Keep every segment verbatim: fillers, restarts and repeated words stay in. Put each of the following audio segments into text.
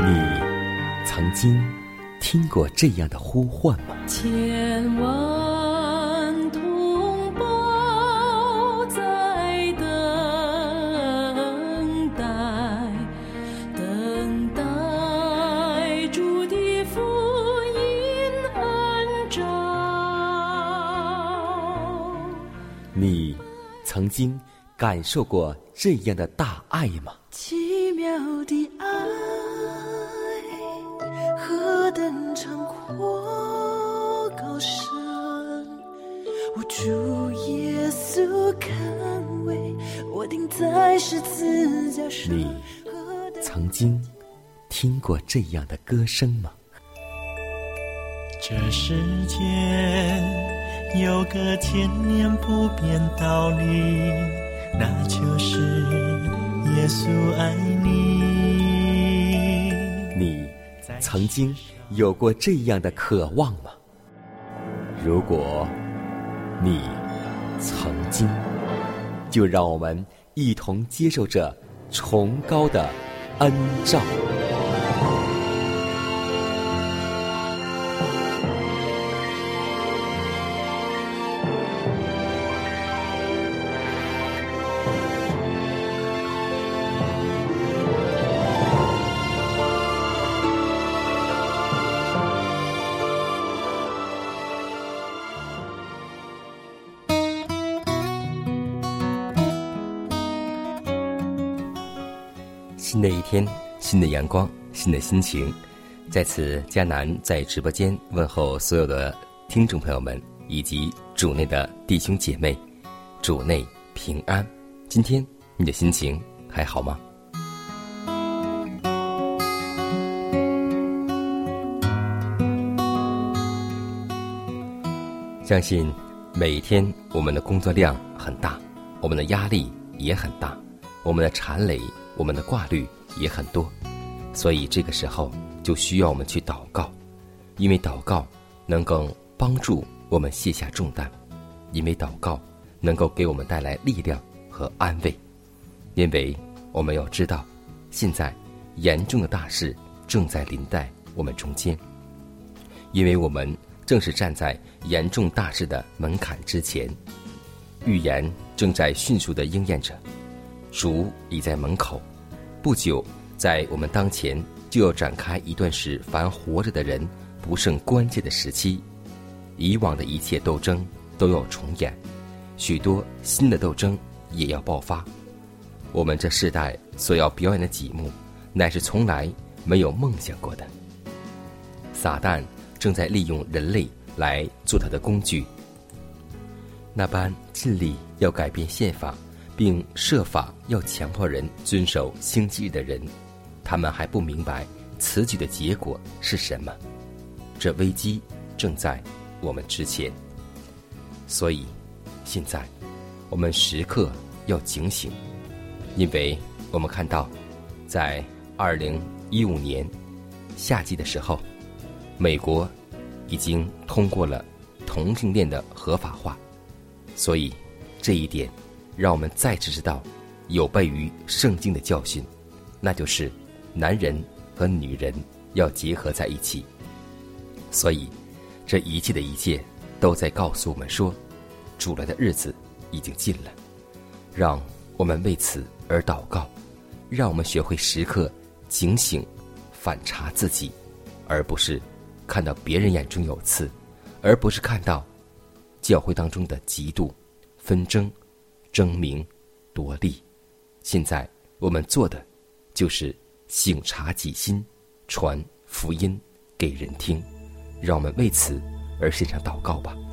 你曾经听过这样的呼唤吗？ 千万同胞在等待，等待主的福音恩召。 你曾经感受过这样的大爱吗？ 奇妙的爱，何等长阔高深，我主耶稣看为我钉在十字架上。 你曾经听过这样的歌声吗？ 这世间有个千年不变道理，那就是耶稣爱你。 你曾经有过这样的渴望吗？如果你曾经，就让我们一同接受这崇高的恩召。 新的一天，新的阳光，新的心情，在此迦南在直播间问候所有的听众朋友们以及主内的弟兄姐妹，主内平安。今天你的心情还好吗？相信每一天我们的工作量很大，我们的压力也很大，我们的缠累，我们的挂虑也很多，所以这个时候就需要我们去祷告，因为祷告能够帮助我们卸下重担，因为祷告能够给我们带来力量和安慰，因为我们要知道，现在严重的大事正在临在我们中间，因为我们正是站在严重大事的门槛之前，预言正在迅速地应验着，主已在门口，不久在我们当前就要展开一段使凡活着的人不胜关切的时期，以往的一切斗争都要重演，许多新的斗争也要爆发。我们这世代所要表演的几幕，乃是从来没有梦想过的。撒旦正在利用人类来做他的工具，那般尽力要改变宪法并设法要强迫人遵守星期日的人，他们还不明白此举的结果是什么。这危机正在我们之前，所以现在我们时刻要警醒，因为我们看到在二零一五年夏季的时候，美国已经通过了同性恋的合法化，所以这一点让我们再次知道有悖于圣经的教训，那就是男人和女人要结合在一起。所以这一切的一切都在告诉我们说，主来的日子已经近了，让我们为此而祷告，让我们学会时刻警醒反察自己，而不是看到别人眼中有刺，而不是看到教会当中的嫉妒、纷争、争名夺利。现在我们做的就是省察己心，传福音给人听，让我们为此而献上祷告吧。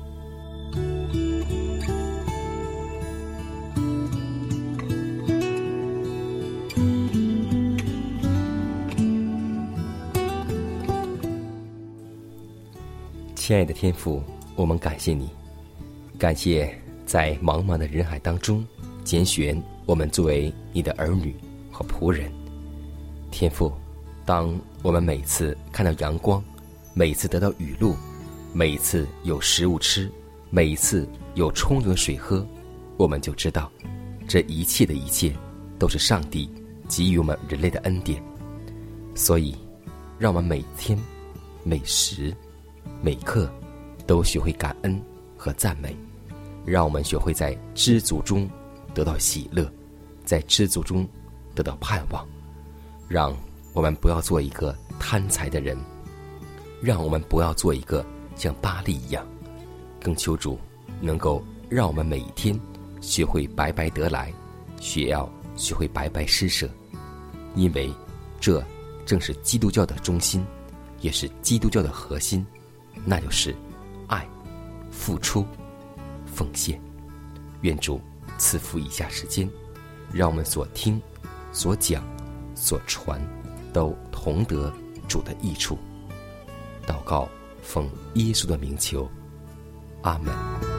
亲爱的天父，我们感谢你，感谢在茫茫的人海当中拣选我们作为你的儿女和仆人。天父，当我们每次看到阳光，每次得到雨露，每次有食物吃，每次有充足的水喝，我们就知道这一切的一切都是上帝给予我们人类的恩典。 所以让我们每天每时每刻都学会感恩和赞美，让我们学会在知足中得到喜乐，在知足中得到盼望。让我们不要做一个贪财的人，让我们不要做一个像巴力一样，更求主能够让我们每一天学会白白得来，也要学会白白施舍，因为这正是基督教的中心，也是基督教的核心，那就是爱、付出、奉献。愿主赐福以下时间，让我们所听、所讲、所传都同得主的益处。祷告奉耶稣的名求，阿们。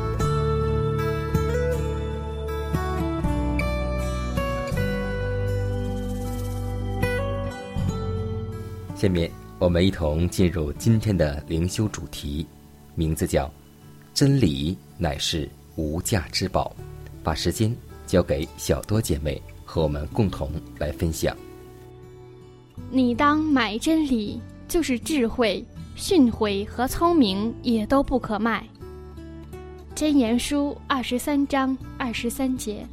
下面我们一同进入今天的灵修主题，名字叫真理乃是无价之宝。把时间交给小多姐妹和我们共同来分享。 你当买真理，就是智慧、训诲和聪明也都不可卖。箴言书二十三章二十三节。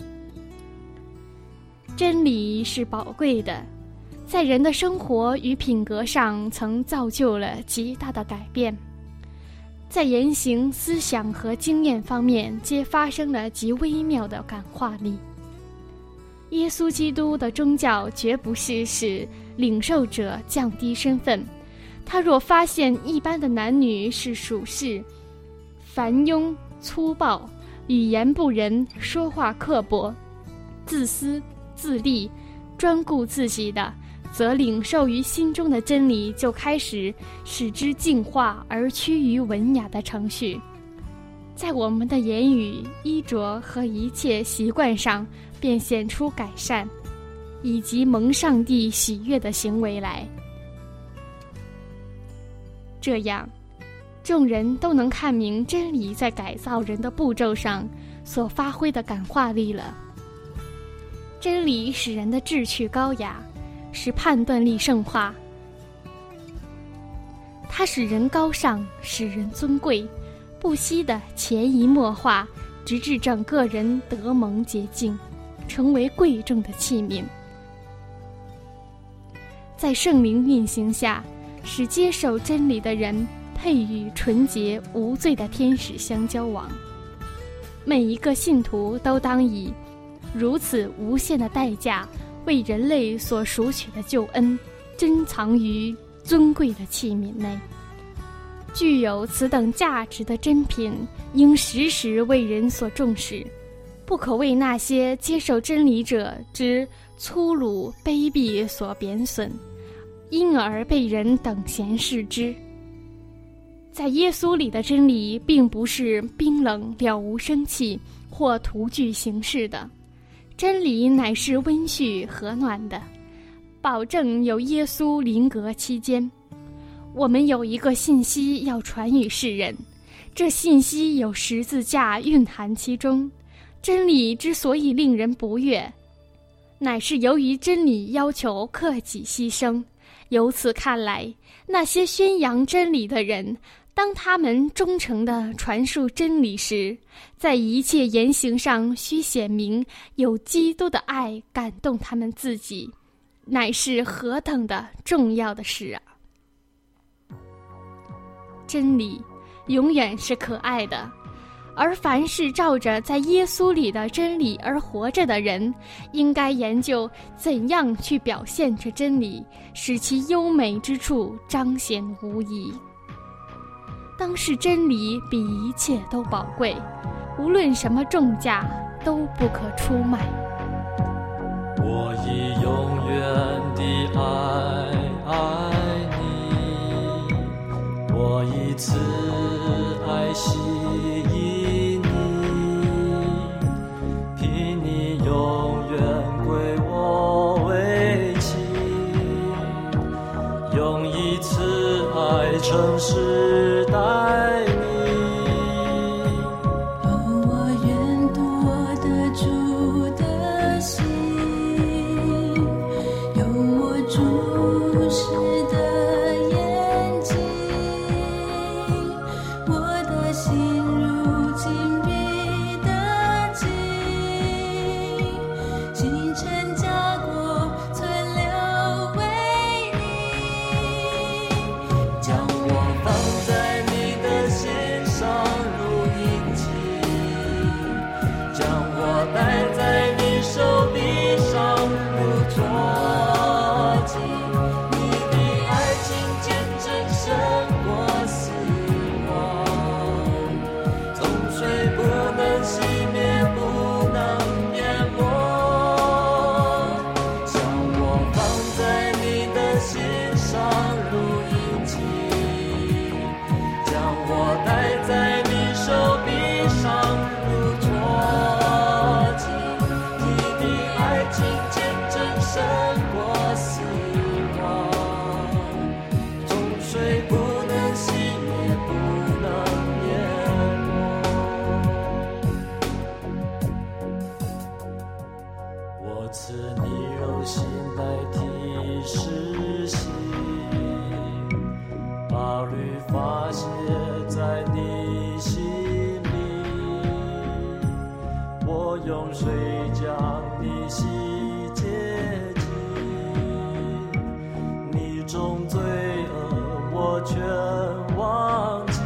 真理是宝贵的，在人的生活与品格上曾造就了极大的改变，在言行、思想和经验方面皆发生了极微妙的感化力。耶稣基督的宗教绝不是使领受者降低身份，他若发现一般的男女是属世、繁庸、粗暴、语言不仁、说话刻薄、自私自利、专顾自己的，则领受于心中的真理就开始使之净化而趋于文雅的程序，在我们的言语、衣着和一切习惯上便显出改善，以及蒙上帝喜悦的行为来。这样，众人都能看明真理在改造人的步骤上所发挥的感化力了。真理使人的志趣高雅，使判断力盛化，它使人高尚，使人尊贵，不惜的潜移默化，直至整个人得蒙洁净，成为贵重的器皿。在圣灵运行下，使接受真理的人配与纯洁无罪的天使相交往。每一个信徒都当以如此无限的代价为人类所赎取的救恩珍藏于尊贵的器皿内。具有此等价值的珍品应时时为人所重视，不可为那些接受真理者之粗鲁卑鄙所贬损，因而被人等闲视之。在耶稣里的真理并不是冰冷了无生气或徒具形式的，真理乃是温煦和暖的，保证有耶稣临格期间。我们有一个信息要传与世人，这信息有十字架蕴含其中。真理之所以令人不悦，乃是由于真理要求克己牺牲。由此看来，那些宣扬真理的人，当他们忠诚地传述真理时，在一切言行上需显明有基督的爱感动他们自己，乃是何等的重要的事啊！真理永远是可爱的，而凡是照着在耶稣里的真理而活着的人，应该研究怎样去表现这真理，使其优美之处彰显无疑。当是真理比一切都宝贵，无论什么重价都不可出卖。 我以永远的爱爱你，我以慈爱吸引你，凭你永远归我为妻，用一慈爱诚实待你。 哦，我愿夺得主的心，用我主你柔心代替实行，把律法写在你心里，我用水将你洗洁净，你种罪恶我全忘记，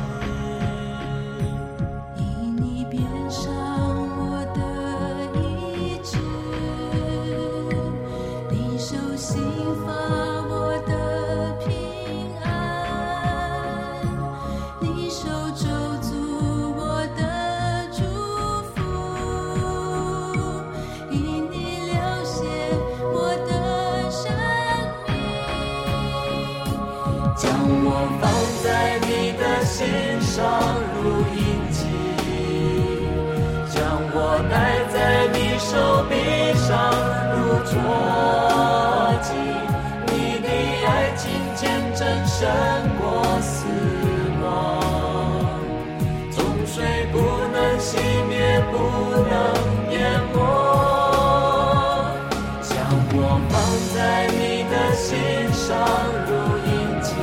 因你变上我的意志，你手心发我的平安，你手肘足我的祝福，因你流血我的生命， 将我放在你的心上如印记，将我戴在你手臂上如戳记，你的爱情见证胜过死亡，总水不能熄灭，不能淹没，将我放在你的心上如印记，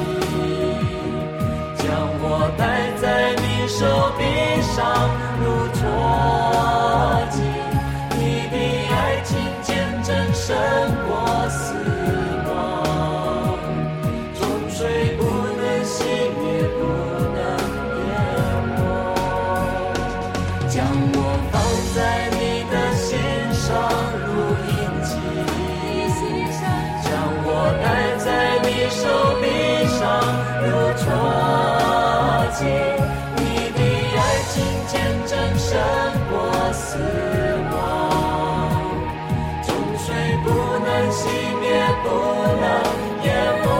将我戴在你手臂上如戳记，你的爱情见证胜过死亡，总水不能熄灭，不能淹没，将我放在你的心上如印记，将我戴在你手臂上如戳记，你的爱情见证胜过死亡，总水不能熄灭，不能淹没，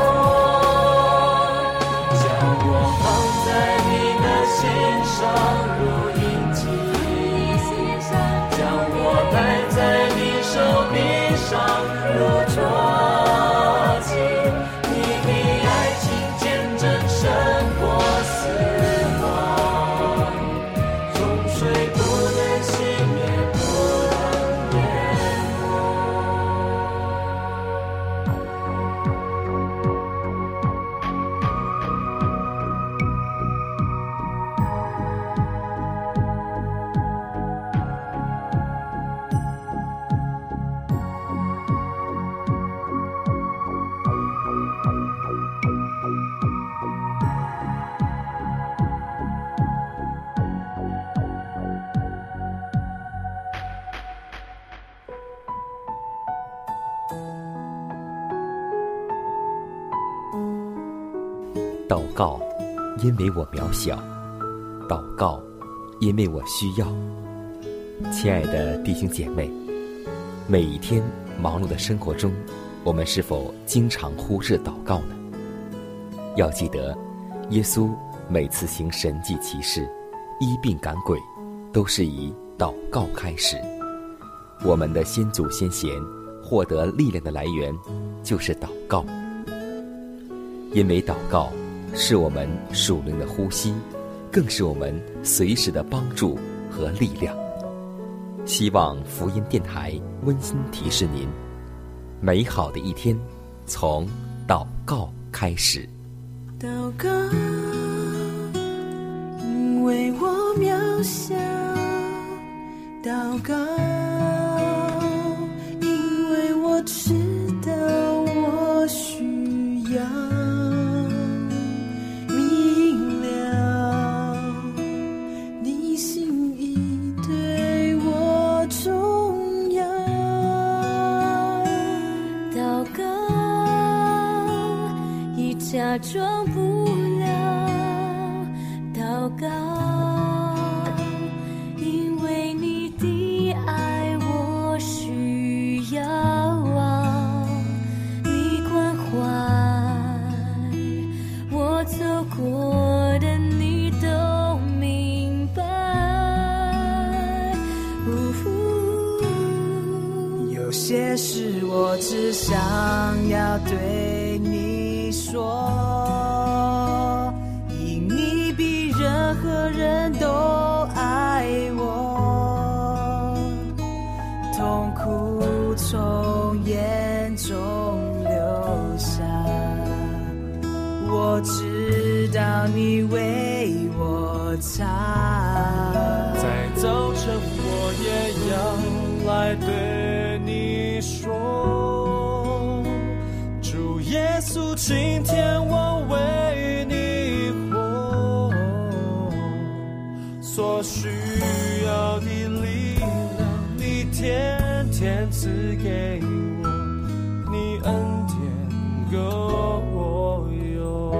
将我放在你的心上如印记，将我戴在你手臂上如戳记，你的爱情见证胜过死亡，总水不能熄灭，不能淹祷告，因为我渺小；祷告，因为我需要。亲爱的弟兄姐妹，每一天忙碌的生活中，我们是否经常忽视祷告呢？要记得，耶稣每次行神迹奇事、医病赶鬼，都是以祷告开始。我们的先祖先贤获得力量的来源，就是祷告。因为祷告是我们属灵的呼吸，更是我们随时的帮助和力量。希望福音电台温馨提示您，美好的一天从祷告开始。 祷告，因为我渺小；祷告，因为我知道我需要。明了你心意对我重要。祷告，已假装不了。祷告，因为你的爱我需要啊，你关怀我走过的你都明白。有些事我只想要对你说，因你比任何人都爱我，痛苦从眼中流下。我知道你为我擦， 在早晨我也要来对你说，主耶稣，今天我为你活，所需要的力量你天天赐给我，你恩典够我用。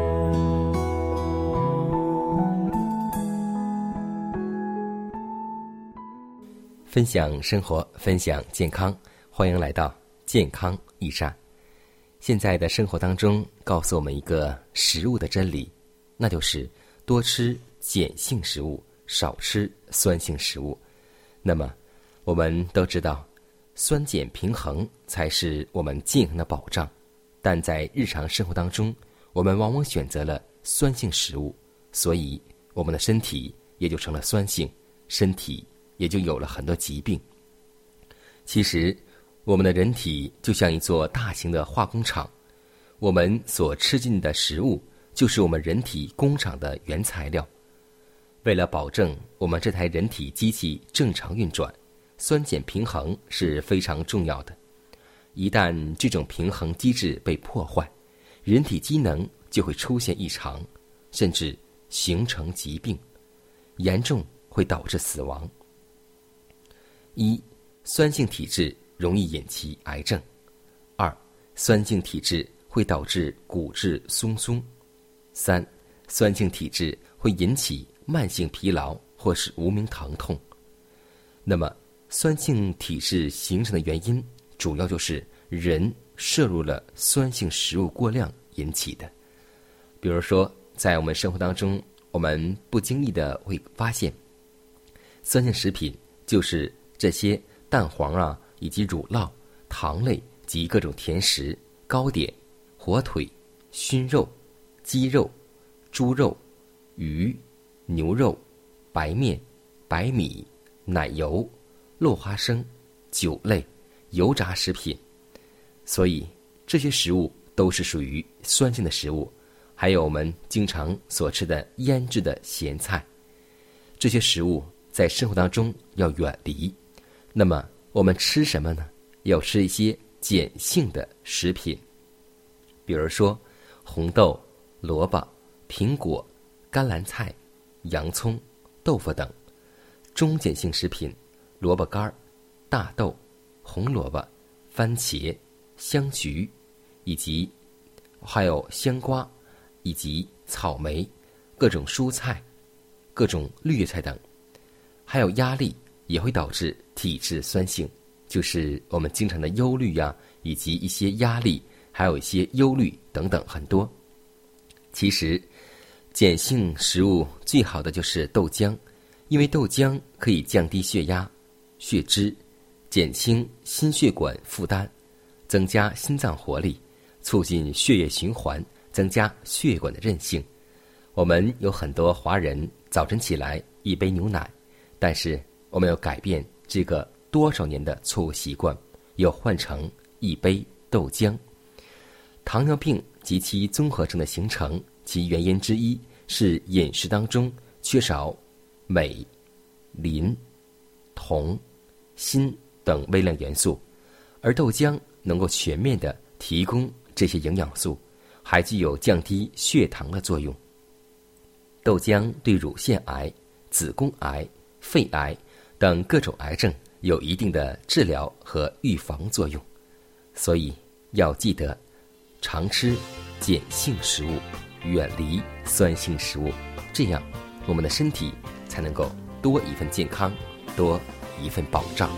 分享生活，分享健康，欢迎来到健康驿站。现在的生活当中告诉我们一个食物的真理，那就是多吃碱性食物，少吃酸性食物。那么我们都知道酸碱平衡才是我们健康的保障，但在日常生活当中我们往往选择了酸性食物，所以我们的身体也就成了酸性，身体也就有了很多疾病。其实我们的人体就像一座大型的化工厂，我们所吃进的食物就是我们人体工厂的原材料。为了保证我们这台人体机器正常运转，酸碱平衡是非常重要的。一旦这种平衡机制被破坏，人体机能就会出现异常，甚至形成疾病，严重会导致死亡。一、酸性体质容易引起癌症。二、酸性体质会导致骨质松松。三、酸性体质会引起慢性疲劳或是无名疼痛。那么酸性体质形成的原因主要就是人摄入了酸性食物过量引起的。比如说在我们生活当中，我们不经意的会发现酸性食品就是这些蛋黄啊，以及乳酪、糖类及各种甜食、糕点、火腿、熏肉、鸡肉、猪肉、鱼、牛肉、白面、白米、奶油、落花生、酒类、油炸食品。所以这些食物都是属于酸性的食物，还有我们经常所吃的腌制的咸菜，这些食物在生活当中要远离。那么我们吃什么呢？要吃一些碱性的食品，比如说红豆、萝卜、苹果、甘蓝菜、洋葱、豆腐等；中碱性食品，萝卜干、大豆、红萝卜、番茄、香橘，以及还有香瓜，以及草莓、各种蔬菜、各种绿叶菜等。还有压力也会导致体质酸性，就是我们经常的忧虑呀、啊，以及一些压力，还有一些忧虑等等很多。其实碱性食物最好的就是豆浆，因为豆浆可以降低血压、血脂，减轻心血管负担，增加心脏活力，促进血液循环，增加血管的韧性。我们有很多华人早晨起来一杯牛奶，但是我们要改变这个多少年的错误习惯，要换成一杯豆浆。糖尿病及其综合症的形成，其原因之一是饮食当中缺少镁、磷、铜、锌等微量元素，而豆浆能够全面地提供这些营养素，还具有降低血糖的作用。豆浆对乳腺癌、子宫癌、肺癌等各种癌症有一定的治疗和预防作用，所以要记得常吃碱性食物，远离酸性食物，这样我们的身体才能够多一份健康，多一份保障。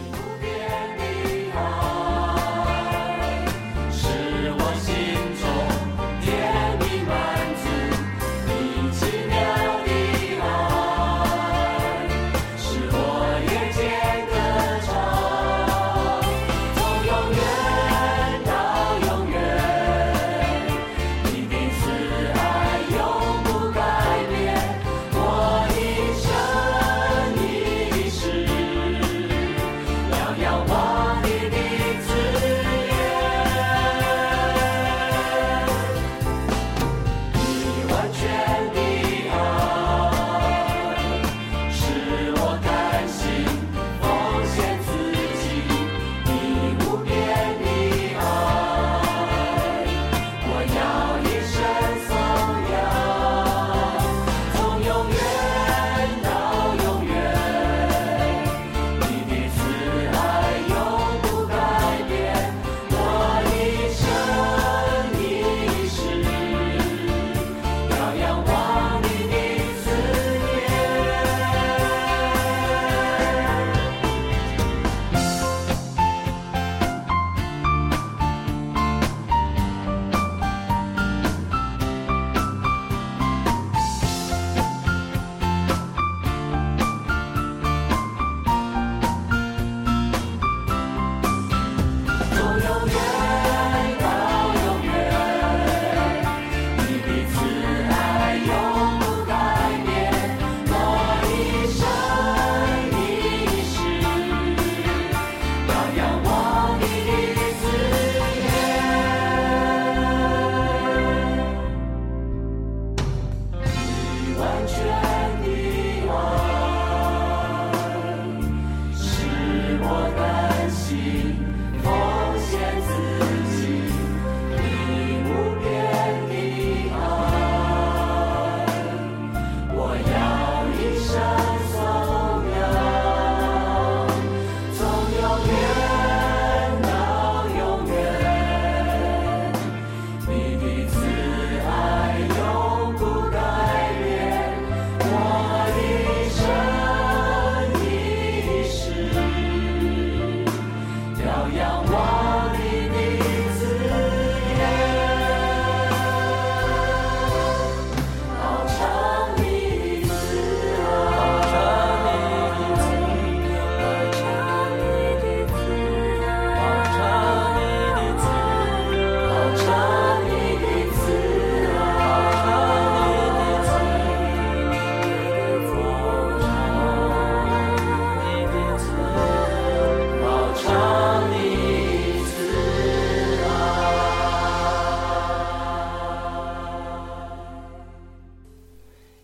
良药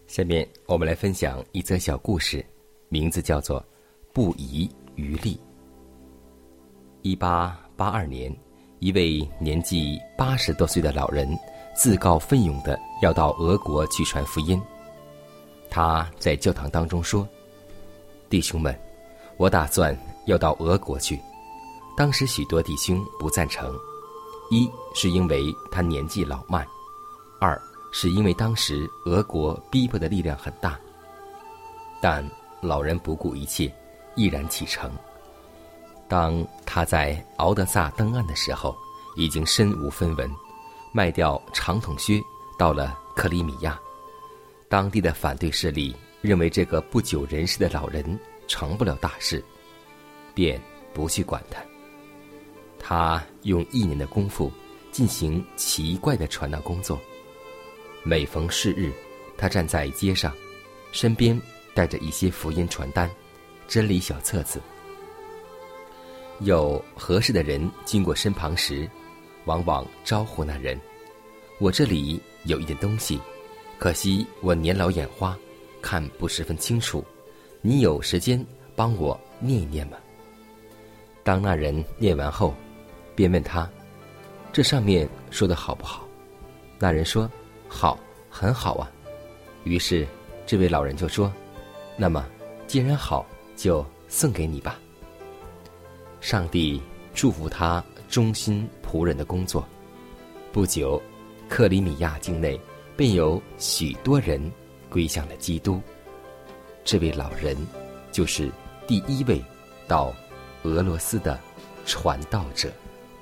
下面我们来分享一则小故事，名字叫做《不遗余力》。一八八二年，一位年纪八十多岁的老人自告奋勇地要到俄国去传福音。他在教堂当中说：“弟兄们，我打算要到俄国去。”当时许多弟兄不赞成，一是因为他年纪老迈，二是因为当时俄国逼迫的力量很大。但老人不顾一切，毅然启程。当他在敖德萨登岸的时候，已经身无分文，卖掉长筒靴，到了克里米亚。当地的反对势力认为这个不久人世的老人成不了大事，便不去管他。他用一年的功夫进行奇怪的传道工作。每逢是日，他站在街上，身边带着一些福音传单、真理小册子。有合适的人经过身旁时，往往招呼那人：“我这里有一点东西，可惜我年老眼花，看不十分清楚，你有时间帮我念一念吗？”当那人念完后，便问他：“这上面说的好不好？”那人说：“好，很好啊。”于是这位老人就说：“那么既然好，就送给你吧。”上帝祝福他忠心仆人的工作。不久，克里米亚境内便有许多人归向了基督。这位老人就是第一位到俄罗斯的传道者。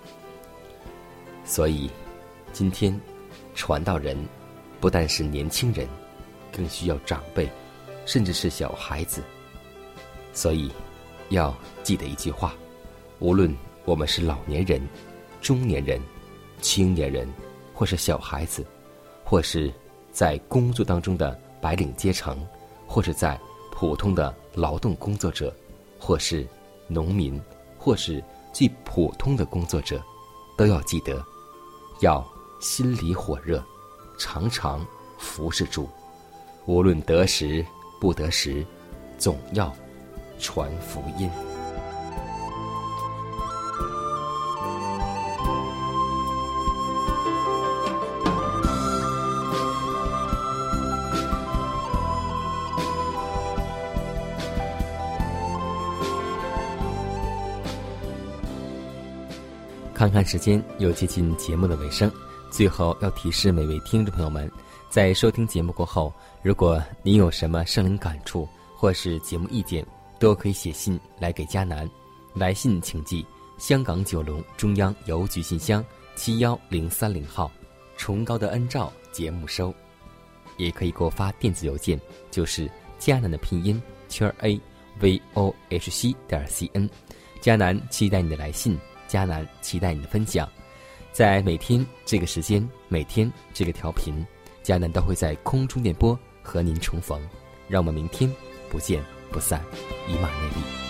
所以今天传道人不但是年轻人，更需要长辈，甚至是小孩子。所以要记得一句话，无论我们是老年人、中年人、青年人，或是小孩子，或是在工作当中的白领阶层，或是在普通的劳动工作者，或是农民，或是最普通的工作者，都要记得要心里火热，常常服侍主，无论得时不得时，总要传福音。看看时间，又接近节目的尾声，最后要提示每位听众朋友们，在收听节目过后，如果您有什么圣灵感触或是节目意见，都可以写信来给迦南。来信请寄香港九龙中央邮局信箱七一零三零号，崇高的恩照节目收。也可以给我发电子邮件，就是迦南的拼音圈 a v o h c 点 c n。迦南期待你的来信，迦南期待你的分享。在每天这个时间，每天这个调频，迦南都会在空中电波和您重逢。让我们明天不见不散，以马内利。